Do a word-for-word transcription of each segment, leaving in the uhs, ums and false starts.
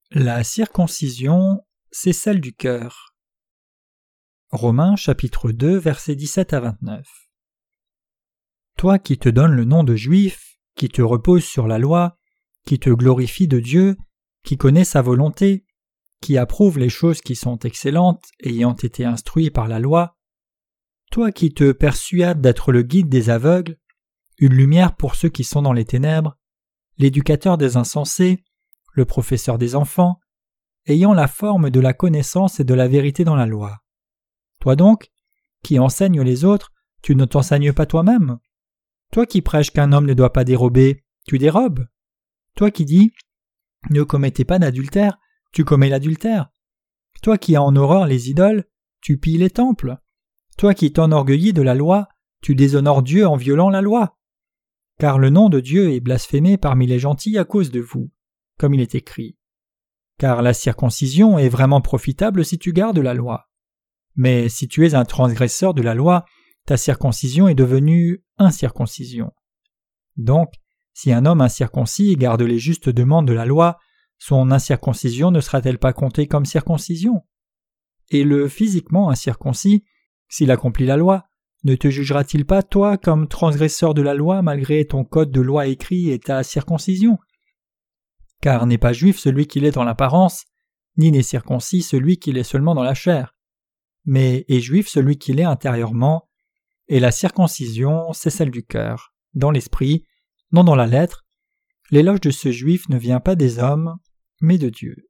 La circoncision, c'est celle du cœur. Romains chapitre deux, versets dix-sept à vingt-neuf. Toi qui te donnes le nom de juif, qui te reposes sur la loi, qui te glorifie de Dieu, qui connaît sa volonté, qui approuve les choses qui sont excellentes, ayant été instruit par la loi, toi qui te persuades d'être le guide des aveugles, une lumière pour ceux qui sont dans les ténèbres, l'éducateur des insensés, le professeur des enfants, ayant la forme de la connaissance et de la vérité dans la loi. Toi donc, qui enseignes les autres, tu ne t'enseignes pas toi-même? Toi qui prêches qu'un homme ne doit pas dérober, tu dérobes? Toi qui dis « Ne commettez pas d'adultère », tu commets l'adultère. Toi qui as en horreur les idoles, tu pilles les temples. Toi qui t'enorgueillis de la loi, tu déshonores Dieu en violant la loi. Car le nom de Dieu est blasphémé parmi les gentils à cause de vous, comme il est écrit. Car la circoncision est vraiment profitable si tu gardes la loi. Mais si tu es un transgresseur de la loi, ta circoncision est devenue incirconcision. Donc, si un homme incirconcis garde les justes demandes de la loi, son incirconcision ne sera-t-elle pas comptée comme circoncision? Et le physiquement incirconcis, s'il accomplit la loi, ne te jugera-t-il pas, toi, comme transgresseur de la loi malgré ton code de loi écrit et ta circoncision? Car n'est pas juif celui qui l'est dans l'apparence, ni n'est circoncis celui qui l'est seulement dans la chair. Mais est juif celui qui l'est intérieurement, et la circoncision, c'est celle du cœur, dans l'esprit, non dans la lettre. L'éloge de ce juif ne vient pas des hommes, mais de Dieu.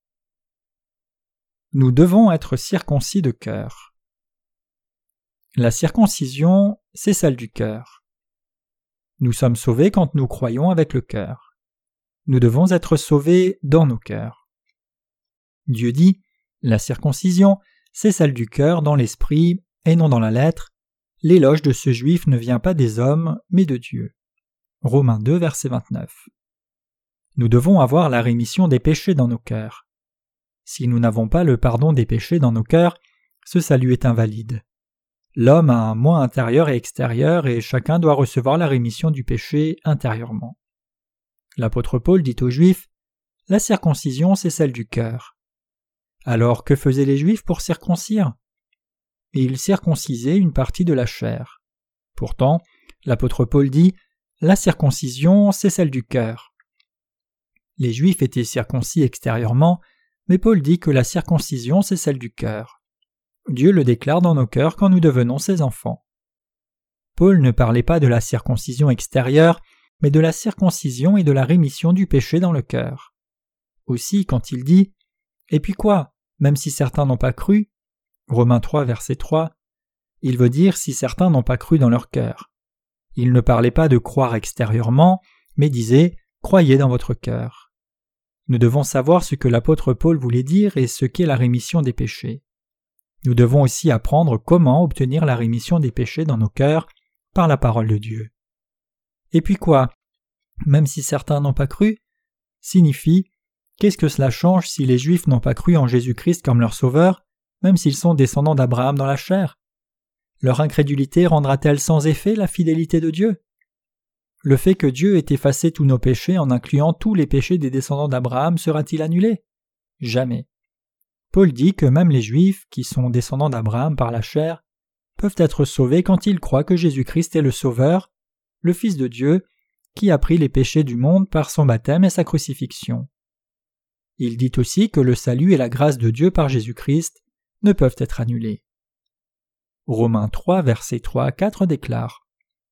Nous devons être circoncis de cœur. La circoncision, c'est celle du cœur. Nous sommes sauvés quand nous croyons avec le cœur. Nous devons être sauvés dans nos cœurs. Dieu dit, la circoncision, c'est celle du cœur dans l'esprit et non dans la lettre. L'éloge de ce juif ne vient pas des hommes, mais de Dieu. Romains deux, verset vingt-neuf. Nous devons avoir la rémission des péchés dans nos cœurs. Si nous n'avons pas le pardon des péchés dans nos cœurs, ce salut est invalide. L'homme a un moi intérieur et extérieur et chacun doit recevoir la rémission du péché intérieurement. L'apôtre Paul dit aux Juifs, « La circoncision, c'est celle du cœur. » Alors que faisaient les Juifs pour circoncire? Ils circoncisaient une partie de la chair. Pourtant, l'apôtre Paul dit, « La circoncision, c'est celle du cœur. » Les Juifs étaient circoncis extérieurement, mais Paul dit que la circoncision, c'est celle du cœur. Dieu le déclare dans nos cœurs quand nous devenons ses enfants. Paul ne parlait pas de la circoncision extérieure, mais de la circoncision et de la rémission du péché dans le cœur. Aussi, quand il dit « Et puis quoi, même si certains n'ont pas cru » Romains trois, verset trois, il veut dire si certains n'ont pas cru dans leur cœur. Il ne parlait pas de croire extérieurement, mais disait « Croyez dans votre cœur ». Nous devons savoir ce que l'apôtre Paul voulait dire et ce qu'est la rémission des péchés. Nous devons aussi apprendre comment obtenir la rémission des péchés dans nos cœurs par la parole de Dieu. Et puis quoi? Même si certains n'ont pas cru, signifie qu'est-ce que cela change si les Juifs n'ont pas cru en Jésus-Christ comme leur sauveur, même s'ils sont descendants d'Abraham dans la chair? Leur incrédulité rendra-t-elle sans effet la fidélité de Dieu? Le fait que Dieu ait effacé tous nos péchés en incluant tous les péchés des descendants d'Abraham sera-t-il annulé? Jamais. Paul dit que même les Juifs, qui sont descendants d'Abraham par la chair, peuvent être sauvés quand ils croient que Jésus-Christ est le Sauveur, le Fils de Dieu, qui a pris les péchés du monde par son baptême et sa crucifixion. Il dit aussi que le salut et la grâce de Dieu par Jésus-Christ ne peuvent être annulés. Romains trois, versets trois à quatre déclare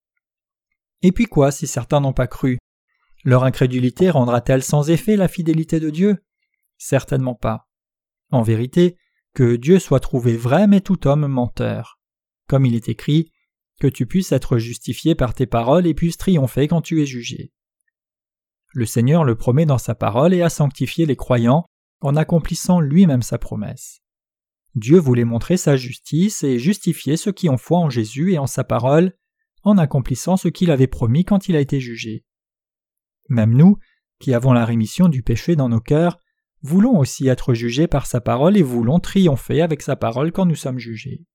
« Et puis quoi si certains n'ont pas cru? Leur incrédulité rendra-t-elle sans effet la fidélité de Dieu? Certainement pas. En vérité, que Dieu soit trouvé vrai, mais tout homme menteur. Comme il est écrit, que tu puisses être justifié par tes paroles et puisses triompher quand tu es jugé. Le Seigneur le promet dans sa parole et a sanctifié les croyants en accomplissant lui-même sa promesse. Dieu voulait montrer sa justice et justifier ceux qui ont foi en Jésus et en sa parole en accomplissant ce qu'il avait promis quand il a été jugé. Même nous, qui avons la rémission du péché dans nos cœurs, voulons aussi être jugés par sa parole et voulons triompher avec sa parole quand nous sommes jugés.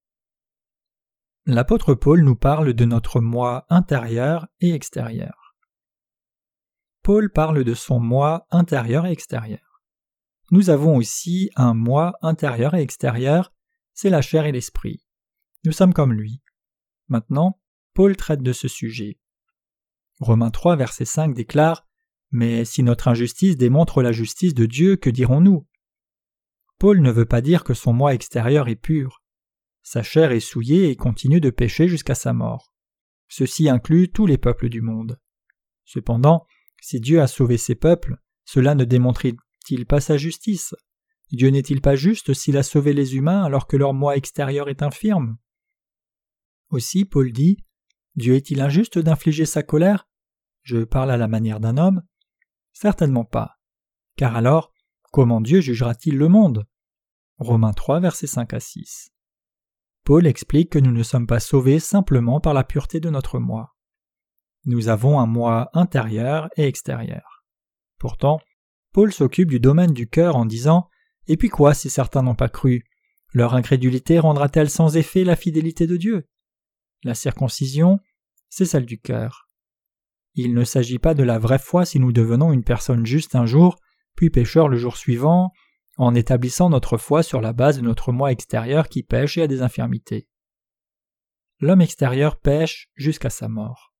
L'apôtre Paul nous parle de notre moi intérieur et extérieur. Paul parle de son moi intérieur et extérieur. nous avons aussi un moi intérieur et extérieur, c'est la chair et l'esprit. Nous sommes comme lui. Maintenant, Paul traite de ce sujet. Romains trois, verset cinq déclare « Mais si notre injustice démontre la justice de Dieu, que dirons-nous » Paul ne veut pas dire que son moi extérieur est pur. Sa chair est souillée et continue de pécher jusqu'à sa mort. Ceci inclut tous les peuples du monde. Cependant, si Dieu a sauvé ses peuples, cela ne démontre-t-il pas sa justice ? Dieu n'est-il pas juste s'il a sauvé les humains alors que leur moi extérieur est infirme ? Aussi, Paul dit « Dieu est-il injuste d'infliger sa colère ? Je parle à la manière d'un homme ? Certainement pas. Car alors, comment Dieu jugera-t-il le monde ?» Romains trois, versets cinq à six. Paul explique que nous ne sommes pas sauvés simplement par la pureté de notre moi. Nous avons un moi intérieur et extérieur. Pourtant, Paul s'occupe du domaine du cœur en disant « Et puis quoi si certains n'ont pas cru ? Leur incrédulité rendra-t-elle sans effet la fidélité de Dieu ?» La circoncision, c'est celle du cœur. Il ne s'agit pas de la vraie foi si nous devenons une personne juste un jour, puis pécheur le jour suivant, en établissant notre foi sur la base de notre moi extérieur qui pêche et a des infirmités. L'homme extérieur pêche jusqu'à sa mort.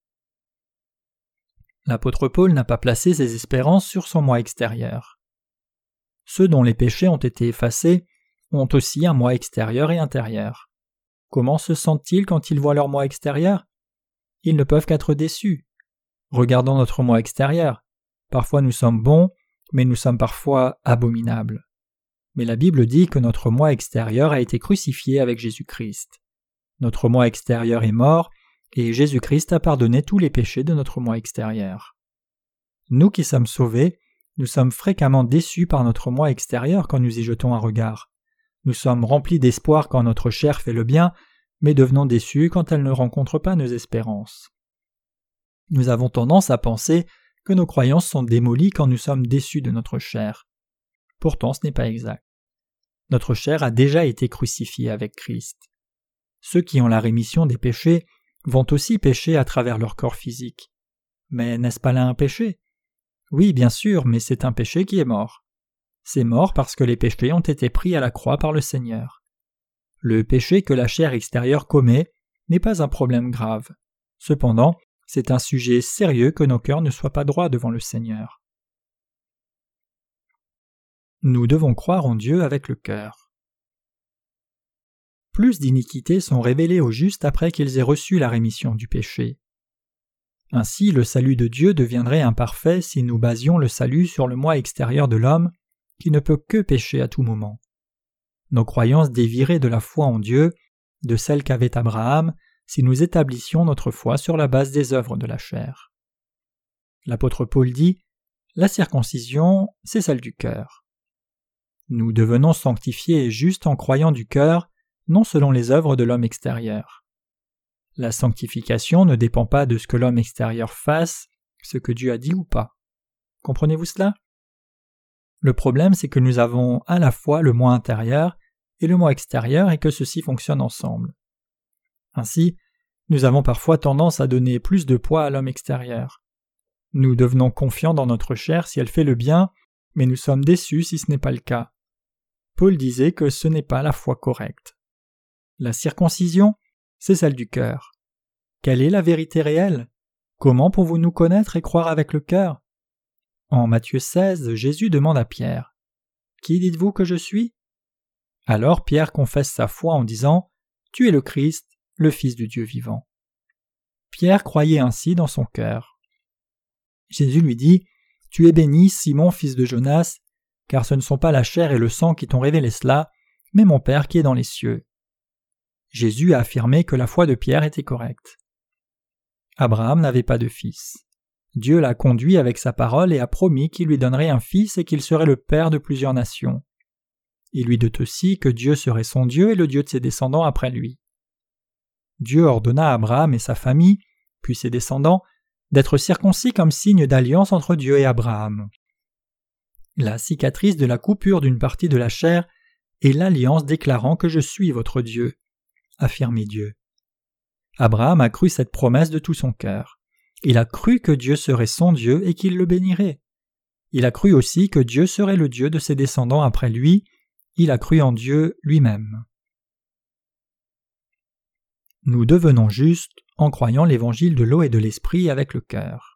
L'apôtre Paul n'a pas placé ses espérances sur son moi extérieur. Ceux dont les péchés ont été effacés ont aussi un moi extérieur et intérieur. Comment se sentent-ils quand ils voient leur moi extérieur ? Ils ne peuvent qu'être déçus. Regardons notre moi extérieur. Parfois nous sommes bons, mais nous sommes parfois abominables. Mais la Bible dit que notre moi extérieur a été crucifié avec Jésus-Christ. Notre moi extérieur est mort, et Jésus-Christ a pardonné tous les péchés de notre moi extérieur. Nous qui sommes sauvés, nous sommes fréquemment déçus par notre moi extérieur quand nous y jetons un regard. Nous sommes remplis d'espoir quand notre chair fait le bien, mais devenons déçus quand elle ne rencontre pas nos espérances. Nous avons tendance à penser que nos croyances sont démolies quand nous sommes déçus de notre chair. Pourtant, ce n'est pas exact. Notre chair a déjà été crucifiée avec Christ. Ceux qui ont la rémission des péchés vont aussi pécher à travers leur corps physique. Mais n'est-ce pas là un péché ? Oui, bien sûr, mais c'est un péché qui est mort. C'est mort parce que les péchés ont été pris à la croix par le Seigneur. Le péché que la chair extérieure commet n'est pas un problème grave. Cependant, c'est un sujet sérieux que nos cœurs ne soient pas droits devant le Seigneur. Nous devons croire en Dieu avec le cœur. Plus d'iniquités sont révélées aux justes après qu'ils aient reçu la rémission du péché. Ainsi, le salut de Dieu deviendrait imparfait si nous basions le salut sur le moi extérieur de l'homme, qui ne peut que pécher à tout moment. Nos croyances dévieraient de la foi en Dieu, de celle qu'avait Abraham, si nous établissions notre foi sur la base des œuvres de la chair. L'apôtre Paul dit « La circoncision, c'est celle du cœur. » Nous devenons sanctifiés et justes en croyant du cœur, non selon les œuvres de l'homme extérieur. La sanctification ne dépend pas de ce que l'homme extérieur fasse, ce que Dieu a dit ou pas. Comprenez-vous cela ? Le problème, c'est que nous avons à la fois le moi intérieur et le moi extérieur et que ceux-ci fonctionnent ensemble. Ainsi, nous avons parfois tendance à donner plus de poids à l'homme extérieur. Nous devenons confiants dans notre chair si elle fait le bien, mais nous sommes déçus si ce n'est pas le cas. Paul disait que ce n'est pas la foi correcte. La circoncision, c'est celle du cœur. Quelle est la vérité réelle ? Comment pouvons-nous connaître et croire avec le cœur ? En Matthieu seize, Jésus demande à Pierre « Qui dites-vous que je suis ?» Alors Pierre confesse sa foi en disant « Tu es le Christ, le Fils du Dieu vivant. » Pierre croyait ainsi dans son cœur. Jésus lui dit « Tu es béni, Simon, fils de Jonas, car ce ne sont pas la chair et le sang qui t'ont révélé cela, mais mon Père qui est dans les cieux. » Jésus a affirmé que la foi de Pierre était correcte. Abraham n'avait pas de fils. Dieu l'a conduit avec sa parole et a promis qu'il lui donnerait un fils et qu'il serait le père de plusieurs nations. Il lui dit aussi que Dieu serait son Dieu et le Dieu de ses descendants après lui. Dieu ordonna à Abraham et sa famille, puis ses descendants, d'être circoncis comme signe d'alliance entre Dieu et Abraham. La cicatrice de la coupure d'une partie de la chair est l'alliance déclarant que je suis votre Dieu, affirmait Dieu. Abraham a cru cette promesse de tout son cœur. Il a cru que Dieu serait son Dieu et qu'il le bénirait. Il a cru aussi que Dieu serait le Dieu de ses descendants après lui. Il a cru en Dieu lui-même. Nous devenons justes en croyant l'évangile de l'eau et de l'esprit avec le cœur.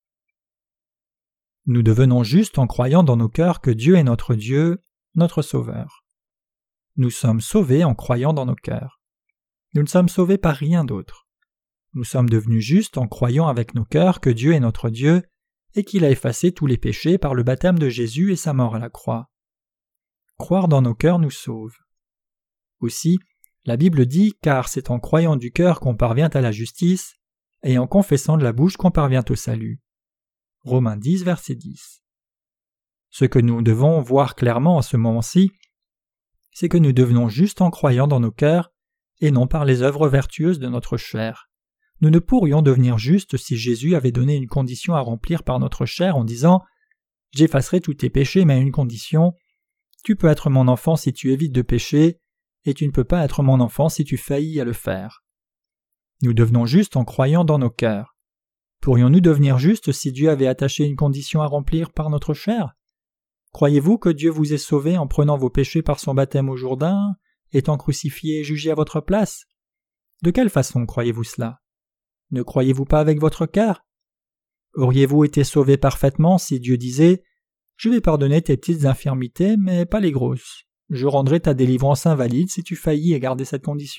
Nous devenons justes en croyant dans nos cœurs que Dieu est notre Dieu, notre Sauveur. Nous sommes sauvés en croyant dans nos cœurs. Nous ne sommes sauvés par rien d'autre. Nous sommes devenus justes en croyant avec nos cœurs que Dieu est notre Dieu et qu'il a effacé tous les péchés par le baptême de Jésus et sa mort à la croix. Croire dans nos cœurs nous sauve. Aussi, la Bible dit « Car c'est en croyant du cœur qu'on parvient à la justice, et en confessant de la bouche qu'on parvient au salut. » Romains dix, verset dix. Ce que nous devons voir clairement à ce moment-ci, c'est que nous devenons justes en croyant dans nos cœurs, et non par les œuvres vertueuses de notre chair. Nous ne pourrions devenir justes si Jésus avait donné une condition à remplir par notre chair en disant « J'effacerai tous tes péchés, mais à une condition. Tu peux être mon enfant si tu évites de pécher, et tu ne peux pas être mon enfant si tu faillis à le faire. » Nous devenons justes en croyant dans nos cœurs. Pourrions-nous devenir justes si Dieu avait attaché une condition à remplir par notre chair? Croyez-vous que Dieu vous ait sauvé en prenant vos péchés par son baptême au Jourdain, étant crucifié et jugé à votre place? De quelle façon croyez-vous cela? Ne croyez-vous pas avec votre cœur? Auriez-vous été sauvé parfaitement si Dieu disait « Je vais pardonner tes petites infirmités, mais pas les grosses. Je rendrai ta délivrance invalide si tu faillis à garder cette condition. »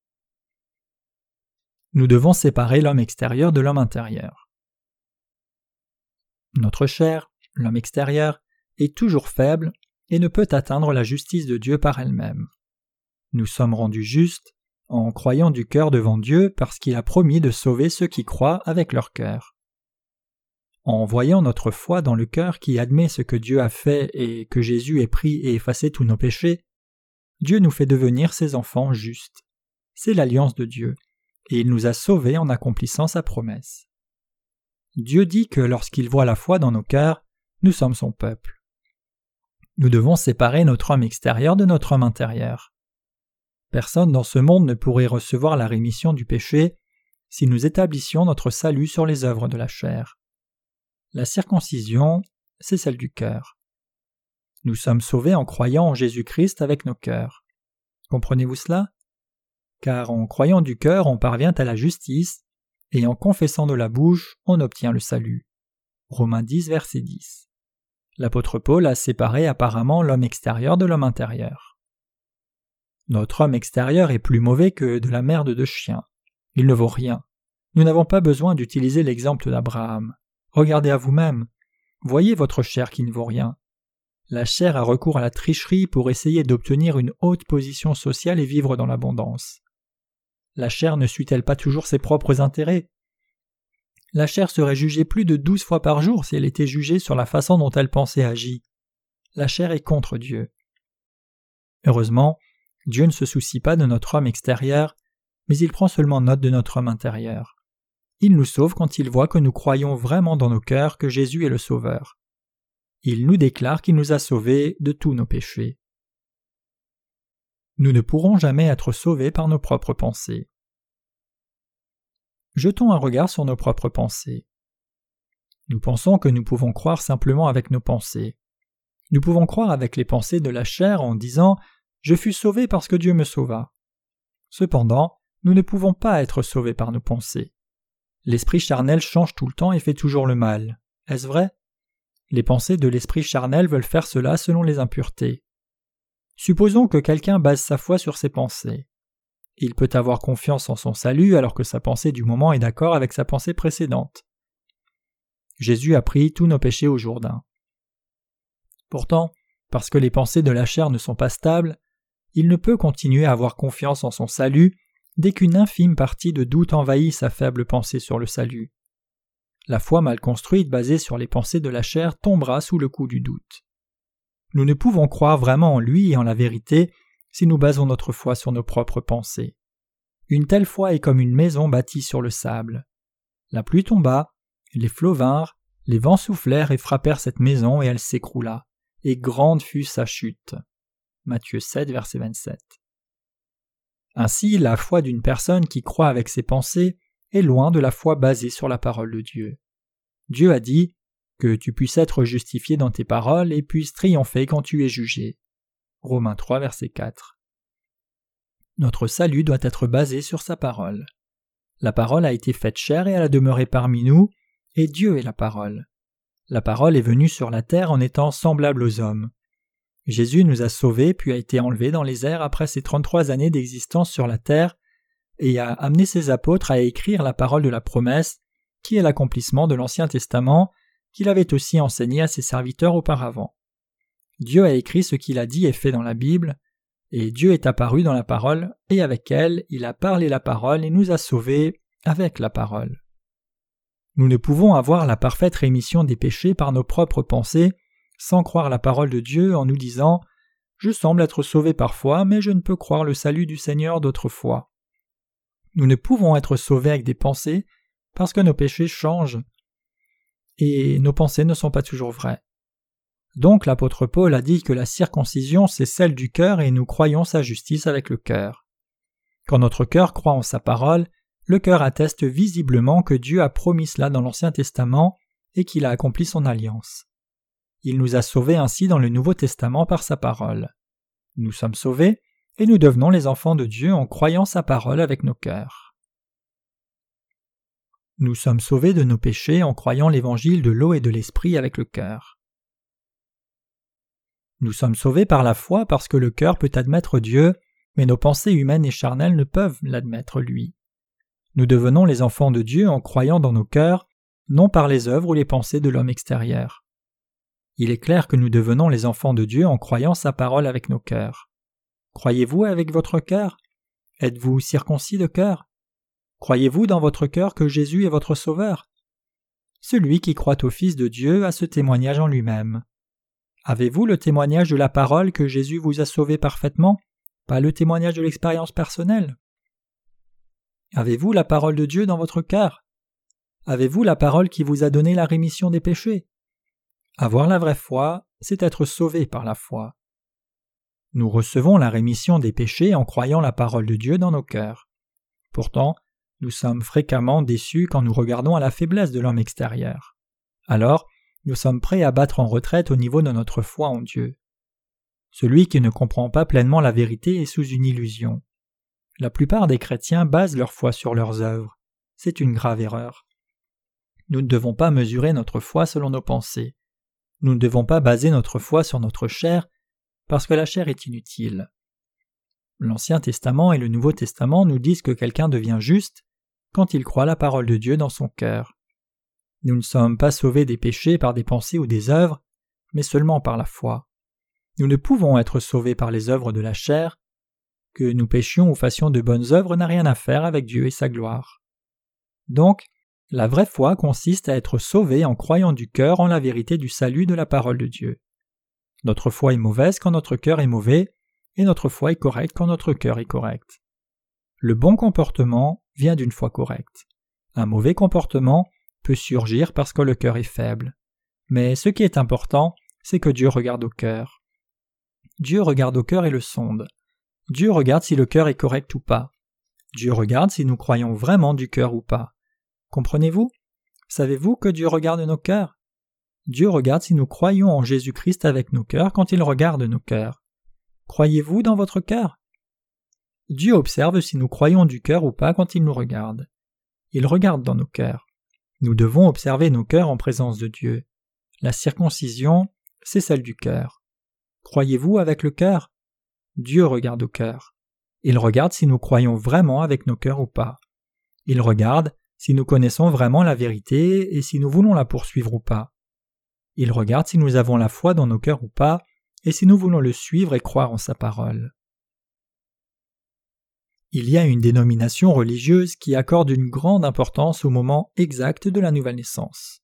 Nous devons séparer l'homme extérieur de l'homme intérieur. Notre chair, l'homme extérieur, est toujours faible et ne peut atteindre la justice de Dieu par elle-même. Nous sommes rendus justes en croyant du cœur devant Dieu parce qu'il a promis de sauver ceux qui croient avec leur cœur. En voyant notre foi dans le cœur qui admet ce que Dieu a fait et que Jésus ait pris et effacé tous nos péchés, Dieu nous fait devenir ses enfants justes. C'est l'alliance de Dieu, et il nous a sauvés en accomplissant sa promesse. Dieu dit que lorsqu'il voit la foi dans nos cœurs, nous sommes son peuple. Nous devons séparer notre homme extérieur de notre homme intérieur. Personne dans ce monde ne pourrait recevoir la rémission du péché si nous établissions notre salut sur les œuvres de la chair. La circoncision, c'est celle du cœur. Nous sommes sauvés en croyant en Jésus-Christ avec nos cœurs. Comprenez-vous cela? Car en croyant du cœur, on parvient à la justice, et en confessant de la bouche, on obtient le salut. Romains dix, verset dix. L'apôtre Paul a séparé apparemment l'homme extérieur de l'homme intérieur. Notre homme extérieur est plus mauvais que de la merde de chien. Il ne vaut rien. Nous n'avons pas besoin d'utiliser l'exemple d'Abraham. Regardez à vous-même. Voyez votre chair qui ne vaut rien. La chair a recours à la tricherie pour essayer d'obtenir une haute position sociale et vivre dans l'abondance. La chair ne suit-elle pas toujours ses propres intérêts? La chair serait jugée plus de douze fois par jour si elle était jugée sur la façon dont elle pense et agit. La chair est contre Dieu. Heureusement, Dieu ne se soucie pas de notre homme extérieur, mais il prend seulement note de notre homme intérieur. Il nous sauve quand il voit que nous croyons vraiment dans nos cœurs que Jésus est le Sauveur. Il nous déclare qu'il nous a sauvés de tous nos péchés. Nous ne pourrons jamais être sauvés par nos propres pensées. Jetons un regard sur nos propres pensées. Nous pensons que nous pouvons croire simplement avec nos pensées. Nous pouvons croire avec les pensées de la chair en disant « Je fus sauvé parce que Dieu me sauva ». Cependant, nous ne pouvons pas être sauvés par nos pensées. L'esprit charnel change tout le temps et fait toujours le mal. Est-ce vrai? Les pensées de l'esprit charnel veulent faire cela selon les impuretés. Supposons que quelqu'un base sa foi sur ses pensées. Il peut avoir confiance en son salut alors que sa pensée du moment est d'accord avec sa pensée précédente. Jésus a pris tous nos péchés au Jourdain. Pourtant, parce que les pensées de la chair ne sont pas stables, il ne peut continuer à avoir confiance en son salut dès qu'une infime partie de doute envahit sa faible pensée sur le salut. La foi mal construite basée sur les pensées de la chair tombera sous le coup du doute. Nous ne pouvons croire vraiment en lui et en la vérité si nous basons notre foi sur nos propres pensées. Une telle foi est comme une maison bâtie sur le sable. La pluie tomba, les flots vinrent, les vents soufflèrent et frappèrent cette maison et elle s'écroula, et grande fut sa chute. Matthieu sept, verset vingt-sept. Ainsi, la foi d'une personne qui croit avec ses pensées est loin de la foi basée sur la parole de Dieu. Dieu a dit que tu puisses être justifié dans tes paroles et puisses triompher quand tu es jugé. Romains trois, verset quatre. Notre salut doit être basé sur sa parole. La parole a été faite chair et elle a demeuré parmi nous, et Dieu est la parole. La parole est venue sur la terre en étant semblable aux hommes. Jésus nous a sauvés puis a été enlevé dans les airs après ses trente-trois années d'existence sur la terre et a amené ses apôtres à écrire la parole de la promesse, qui est l'accomplissement de l'Ancien Testament, qu'il avait aussi enseigné à ses serviteurs auparavant. Dieu a écrit ce qu'il a dit et fait dans la Bible, et Dieu est apparu dans la parole, et avec elle, il a parlé la parole et nous a sauvés avec la parole. Nous ne pouvons avoir la parfaite rémission des péchés par nos propres pensées, sans croire la parole de Dieu en nous disant « Je semble être sauvé parfois, mais je ne peux croire le salut du Seigneur d'autrefois. » Nous ne pouvons être sauvés avec des pensées parce que nos péchés changent et nos pensées ne sont pas toujours vraies. Donc l'apôtre Paul a dit que la circoncision c'est celle du cœur et nous croyons sa justice avec le cœur. Quand notre cœur croit en sa parole, le cœur atteste visiblement que Dieu a promis cela dans l'Ancien Testament et qu'il a accompli son alliance. Il nous a sauvés ainsi dans le Nouveau Testament par sa parole. Nous sommes sauvés et nous devenons les enfants de Dieu en croyant sa parole avec nos cœurs. Nous sommes sauvés de nos péchés en croyant l'évangile de l'eau et de l'esprit avec le cœur. Nous sommes sauvés par la foi parce que le cœur peut admettre Dieu, mais nos pensées humaines et charnelles ne peuvent l'admettre lui. Nous devenons les enfants de Dieu en croyant dans nos cœurs, non par les œuvres ou les pensées de l'homme extérieur. Il est clair que nous devenons les enfants de Dieu en croyant sa parole avec nos cœurs. Croyez-vous avec votre cœur? Êtes-vous circoncis de cœur? Croyez-vous dans votre cœur que Jésus est votre Sauveur? Celui qui croit au Fils de Dieu a ce témoignage en lui-même. Avez-vous le témoignage de la parole que Jésus vous a sauvé parfaitement, pas le témoignage de l'expérience personnelle? Avez-vous la parole de Dieu dans votre cœur? Avez-vous la parole qui vous a donné la rémission des péchés? Avoir la vraie foi, c'est être sauvé par la foi. Nous recevons la rémission des péchés en croyant la parole de Dieu dans nos cœurs. Pourtant, nous sommes fréquemment déçus quand nous regardons à la faiblesse de l'homme extérieur. Alors, nous sommes prêts à battre en retraite au niveau de notre foi en Dieu. Celui qui ne comprend pas pleinement la vérité est sous une illusion. La plupart des chrétiens basent leur foi sur leurs œuvres. C'est une grave erreur. Nous ne devons pas mesurer notre foi selon nos pensées. Nous ne devons pas baser notre foi sur notre chair, parce que la chair est inutile. L'Ancien Testament et le Nouveau Testament nous disent que quelqu'un devient juste quand il croit la parole de Dieu dans son cœur. Nous ne sommes pas sauvés des péchés par des pensées ou des œuvres, mais seulement par la foi. Nous ne pouvons être sauvés par les œuvres de la chair. Que nous péchions ou fassions de bonnes œuvres n'a rien à faire avec Dieu et sa gloire. Donc, la vraie foi consiste à être sauvé en croyant du cœur en la vérité du salut de la parole de Dieu. Notre foi est mauvaise quand notre cœur est mauvais, et notre foi est correcte quand notre cœur est correct. Le bon comportement vient d'une foi correcte. Un mauvais comportement peut surgir parce que le cœur est faible. Mais ce qui est important, c'est que Dieu regarde au cœur. Dieu regarde au cœur et le sonde. Dieu regarde si le cœur est correct ou pas. Dieu regarde si nous croyons vraiment du cœur ou pas. Comprenez-vous? Savez-vous que Dieu regarde nos cœurs? Dieu regarde si nous croyons en Jésus-Christ avec nos cœurs quand il regarde nos cœurs. Croyez-vous dans votre cœur? Dieu observe si nous croyons du cœur ou pas quand il nous regarde. Il regarde dans nos cœurs. Nous devons observer nos cœurs en présence de Dieu. La circoncision, c'est celle du cœur. Croyez-vous avec le cœur? Dieu regarde au cœur. Il regarde si nous croyons vraiment avec nos cœurs ou pas. Il regarde si nous connaissons vraiment la vérité et si nous voulons la poursuivre ou pas. Il regarde si nous avons la foi dans nos cœurs ou pas, et si nous voulons le suivre et croire en sa parole. Il y a une dénomination religieuse qui accorde une grande importance au moment exact de la nouvelle naissance.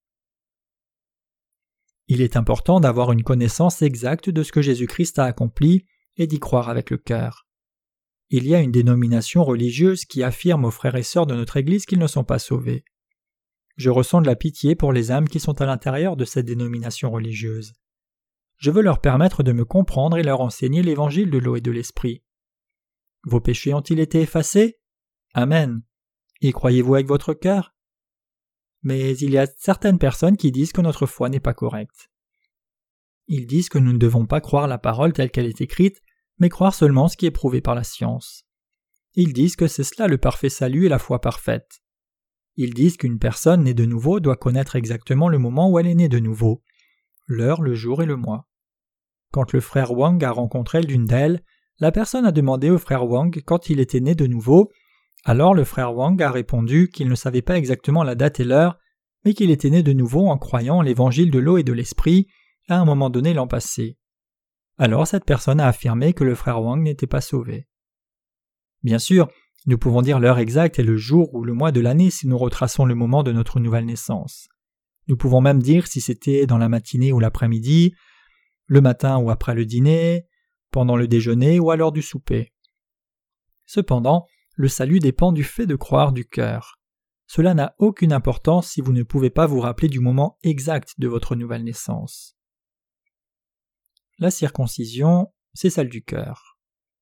Il est important d'avoir une connaissance exacte de ce que Jésus-Christ a accompli et d'y croire avec le cœur. Il y a une dénomination religieuse qui affirme aux frères et sœurs de notre Église qu'ils ne sont pas sauvés. Je ressens de la pitié pour les âmes qui sont à l'intérieur de cette dénomination religieuse. Je veux leur permettre de me comprendre et leur enseigner l'évangile de l'eau et de l'esprit. Vos péchés ont-ils été effacés? Amen. Y croyez-vous avec votre cœur? Mais il y a certaines personnes qui disent que notre foi n'est pas correcte. Ils disent que nous ne devons pas croire la parole telle qu'elle est écrite, mais croire seulement ce qui est prouvé par la science. Ils disent que c'est cela le parfait salut et la foi parfaite. Ils disent qu'une personne née de nouveau doit connaître exactement le moment où elle est née de nouveau, l'heure, le jour et le mois. Quand le frère Wang a rencontré l'une d'elles, la personne a demandé au frère Wang quand il était né de nouveau. Alors le frère Wang a répondu qu'il ne savait pas exactement la date et l'heure, mais qu'il était né de nouveau en croyant en l'évangile de l'eau et de l'esprit à un moment donné l'an passé. Alors cette personne a affirmé que le frère Wang n'était pas sauvé. Bien sûr, nous pouvons dire l'heure exacte et le jour ou le mois de l'année si nous retraçons le moment de notre nouvelle naissance. Nous pouvons même dire si c'était dans la matinée ou l'après-midi, le matin ou après le dîner, pendant le déjeuner ou à l'heure du souper. Cependant, le salut dépend du fait de croire du cœur. Cela n'a aucune importance si vous ne pouvez pas vous rappeler du moment exact de votre nouvelle naissance. La circoncision, c'est celle du cœur.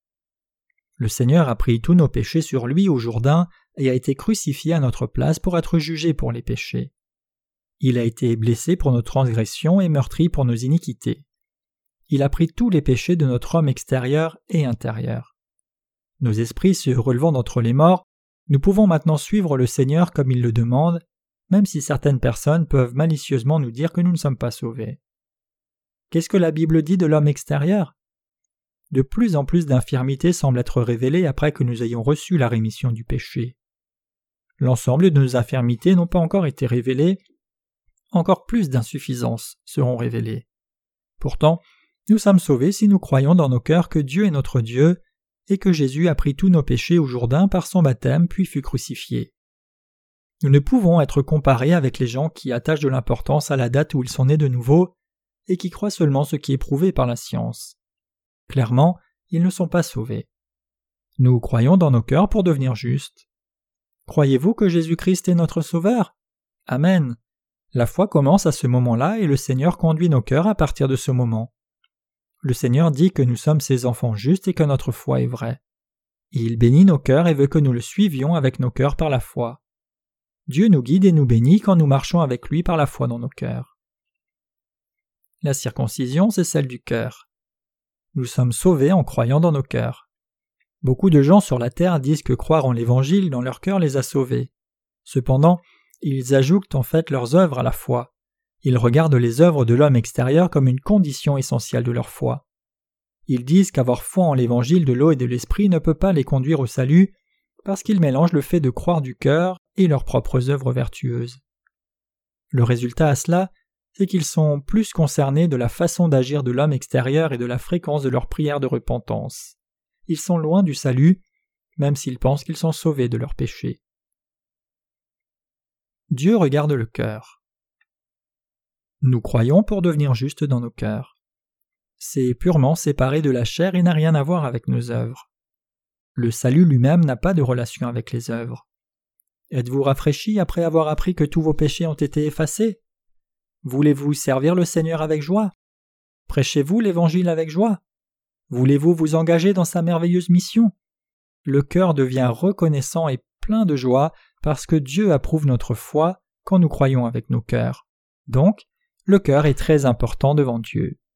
Le Seigneur a pris tous nos péchés sur lui au Jourdain et a été crucifié à notre place pour être jugé pour les péchés. Il a été blessé pour nos transgressions et meurtri pour nos iniquités. Il a pris tous les péchés de notre homme extérieur et intérieur. Nos esprits se relevant d'entre les morts, nous pouvons maintenant suivre le Seigneur comme il le demande, même si certaines personnes peuvent malicieusement nous dire que nous ne sommes pas sauvés. Qu'est-ce que la Bible dit de l'homme extérieur ? De plus en plus d'infirmités semblent être révélées après que nous ayons reçu la rémission du péché. L'ensemble de nos infirmités n'ont pas encore été révélées, encore plus d'insuffisances seront révélées. Pourtant, nous sommes sauvés si nous croyons dans nos cœurs que Dieu est notre Dieu et que Jésus a pris tous nos péchés au Jourdain par son baptême puis fut crucifié. Nous ne pouvons être comparés avec les gens qui attachent de l'importance à la date où ils sont nés de nouveau et qui croient seulement ce qui est prouvé par la science. Clairement, ils ne sont pas sauvés. Nous croyons dans nos cœurs pour devenir justes. Croyez-vous que Jésus-Christ est notre Sauveur ? Amen. La foi commence à ce moment-là et le Seigneur conduit nos cœurs à partir de ce moment. Le Seigneur dit que nous sommes ses enfants justes et que notre foi est vraie. Il bénit nos cœurs et veut que nous le suivions avec nos cœurs par la foi. Dieu nous guide et nous bénit quand nous marchons avec lui par la foi dans nos cœurs. La circoncision, c'est celle du cœur. Nous sommes sauvés en croyant dans nos cœurs. Beaucoup de gens sur la terre disent que croire en l'Évangile dans leur cœur les a sauvés. Cependant, ils ajoutent en fait leurs œuvres à la foi. Ils regardent les œuvres de l'homme extérieur comme une condition essentielle de leur foi. Ils disent qu'avoir foi en l'Évangile de l'eau et de l'Esprit ne peut pas les conduire au salut parce qu'ils mélangent le fait de croire du cœur et leurs propres œuvres vertueuses. Le résultat à cela, c'est qu'ils sont plus concernés de la façon d'agir de l'homme extérieur et de la fréquence de leurs prières de repentance. Ils sont loin du salut, même s'ils pensent qu'ils sont sauvés de leurs péchés. Dieu regarde le cœur. Nous croyons pour devenir justes dans nos cœurs. C'est purement séparé de la chair et n'a rien à voir avec nos œuvres. Le salut lui-même n'a pas de relation avec les œuvres. Êtes-vous rafraîchi après avoir appris que tous vos péchés ont été effacés ? Voulez-vous servir le Seigneur avec joie ? Prêchez-vous l'Évangile avec joie ? Voulez-vous vous engager dans sa merveilleuse mission ? Le cœur devient reconnaissant et plein de joie parce que Dieu approuve notre foi quand nous croyons avec nos cœurs. Donc, le cœur est très important devant Dieu.